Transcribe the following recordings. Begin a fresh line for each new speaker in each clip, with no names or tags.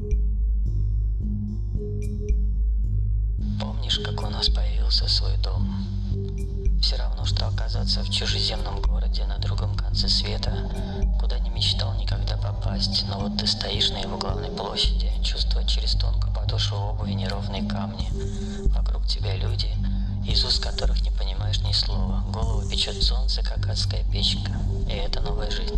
Помнишь, как у нас появился свой дом? Все равно, что оказаться в чужеземном городе на другом конце света, куда не мечтал никогда попасть. Но вот ты стоишь на его главной площади, чувствуя через тонкую подошву обуви неровные камни. Вокруг тебя люди, из уст которых не понимаешь ни слова. Голову печет солнце, как адская печка. И это новая жизнь.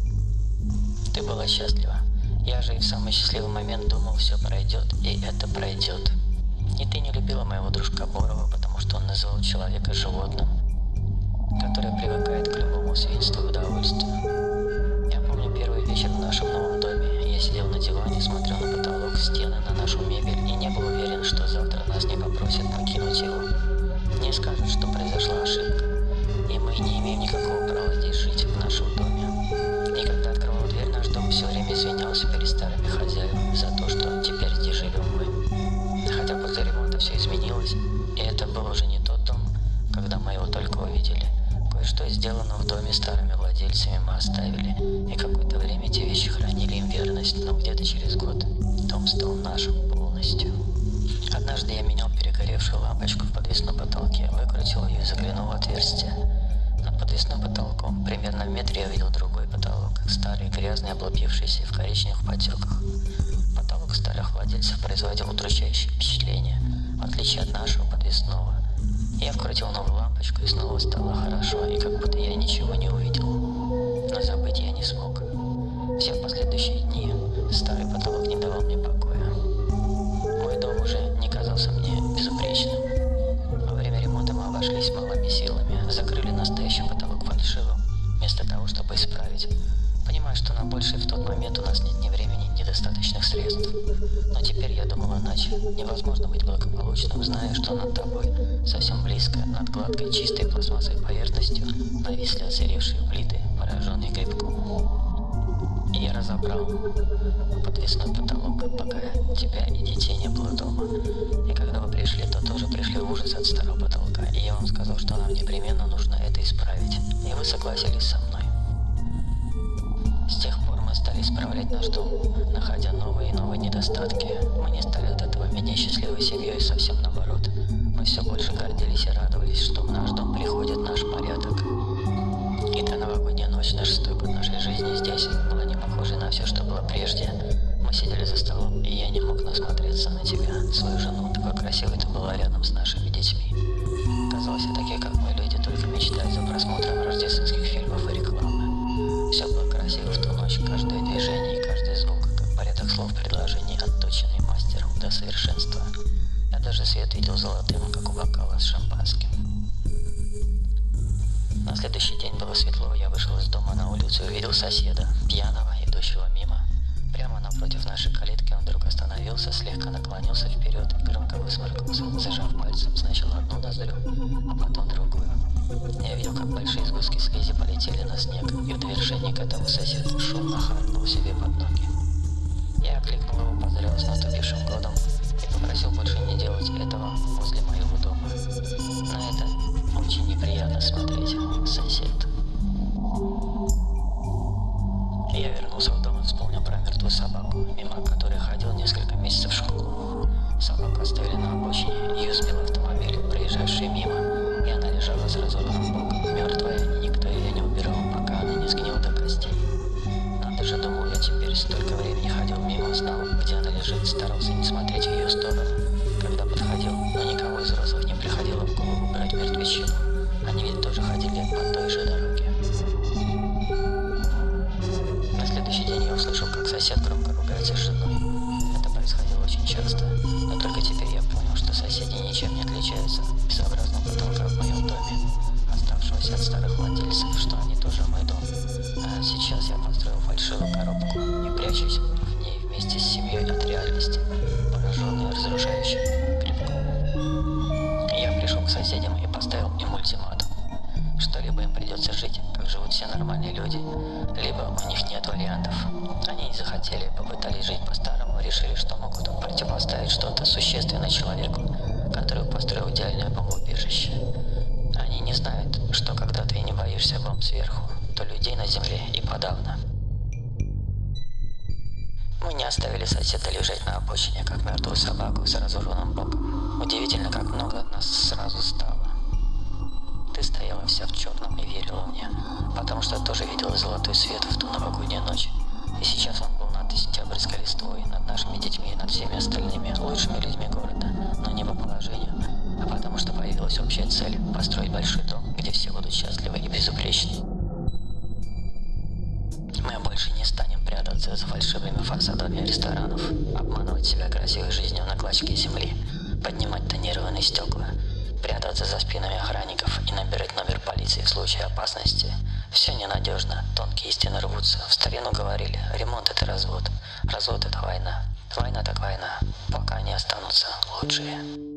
Ты была счастлива. Я же и в самый счастливый момент думал, все пройдет, и это пройдет. И ты не любила моего дружка Борова, потому что он называл человека животным, которое привыкает к любому свинству и удовольствию. Я помню первый вечер в нашем новом доме. Я сидел на диване, смотрел на потолок, стены, на нашу мебель и не был уверен, что завтра нас не попросят покинуть его. Не скажут, что произошла ошибка, и мы не имеем никакого права здесь жить, в нашем доме. И когда открывал дверь, наш дом все время извинялся перед старыми хозяевами за то, что теперь здесь живем мы. Хотя после ремонта все изменилось, и это был уже не тот дом, когда мы его только увидели. Кое-что сделано в доме старыми владельцами мы оставили, и какое-то время эти вещи хранили им верность, но где-то через год дом стал нашим полностью. Однажды я менял перегоревшую лампочку в подвесном потолке, выкрутил ее и заглянул в отверстие. Над подвесным потолком, примерно в метре, я видел другой потолок, старый, грязный, облупившийся в коричневых потеках. Потолок старых владельцев производил удручающее впечатление, в отличие от нашего подвесного. Я вкрутил новую лампочку, и снова стало хорошо, и как будто я ничего не увидел. Но забыть я не смог. Все последующие дни старый потолок не давал мне покоя. Мой дом уже не казался мне безупречным. Во время ремонта мы обошлись малыми силами, закрыли настоящий потолок фальшивым, вместо того, чтобы исправить. Понимаю, что на большее в тот момент у нас нет ни времени, ни достаточных средств. Но теперь я думал иначе. Невозможно быть благополучным, зная, что над тобой, совсем близко, над гладкой, чистой пластмассовой поверхностью, нависли оцаревшие плиты, пораженные грибком. И я разобрал подвесной потолок, пока тебя и детей не было дома. И когда вы пришли, то тоже пришли в ужас от старого потолка. И я вам сказал, что нам непременно нужно это исправить. И вы согласились со мной. С тех пор мы стали исправлять наш дом, находя новые и новые недостатки. Мы не стали от этого менее счастливой семьей, совсем наоборот. Мы все больше гордились и радовались, что в наш дом приходит наш порядок. И та новогодняя ночь на 6-й год нашей жизни здесь была не похожей на все, что было прежде. Мы сидели за столом, и я не мог насмотреться на тебя, свою жену. Такой красивой ты была рядом с нашими детьми. Казалось, и такие, как мы, люди, только мечтают за просмотром рождественских фильмов и рекламы. Все было красиво в ту ночь, каждое движение и каждый звук, как порядок слов предложений, отточенный мастером до совершенства. Я даже свет видел золотым, как у бокала с шампанским. На следующий день было светло, я вышел из дома на улицу и увидел соседа, пьяного, идущего мимо. Прямо напротив нашей калитки он вдруг остановился, слегка наклонился вперед и громко высморкался, зажав пальцем сначала одну ноздрю, а потом другую. Я видел, как большие сгустки слизи полетели на снег, и в довершении к этому сосед шумно харкнул себе под ноги. Я окликнул его, поздравил с наступившим годом и попросил больше не делать этого возле моего дома. На это очень неприятно смотреть, сосед. Я вернулся в дом и вспомнил про мертвую собаку, мимо которой ходил несколько месяцев в школу. Собаку оставили на обочине, ее сбил автомобиль, проезжавший мимо, и она лежала с разорванным боком, мертвая, и никто ее не убирал, пока она не сгнила до костей. Надо же, думал я теперь, столько времени ходил мимо, знал, где она лежит, старался не смотреть в ее сторону, когда подходил, но никого из взрослых не приходило в голову брать мертвечину. Они ведь тоже ходили по той же дороге. На следующий день я услышал, как сосед громко ругается с женой. Это происходило очень часто, но только теперь я понял, что соседи ничем не отличаются от безобразного потолка в моем доме, оставшегося от старых владельцев, что они тоже мой дом. А сейчас я построил фальшивую коробку и прячусь в ней вместе с семьей от реальности, пораженной разрушающим грибком. Я пришел к соседям и поставил им ультиматум, что либо им придется жить, как живут все нормальные люди, либо у них нет вариантов. Они не захотели, попытались жить по-старому, решили, что могут противоставить что-то существенное человеку, который построил идеальное бомбоубежище. Они не знают, что когда ты не боишься бомб сверху, то людей на земле и подавно. Мы не оставили соседа лежать на обочине, как мертвую собаку с разорванным боком. Удивительно, как много нас сразу стало. Ты стояла вся в черном и верила мне, потому что тоже видела золотой свет в ту новогоднюю ночь. И сейчас он был над сентябрьской листвой, над нашими детьми и над всеми остальными, лучшими людьми города, но не по положению, а потому что появилась общая цель – построить большой дом, где все будут счастливы и безупречны. Мы больше не станем прятаться за фальшивыми фасадами ресторанов, обманывать себя красивой жизнью на клочке земли, поднимать тонированные стекла, прятаться за спинами охранников и набирать номер полиции в случае опасности. Все ненадежно, тонкие истины рвутся. В старину говорили, ремонт – это развод, развод – это война. Война так война, пока они останутся лучшие.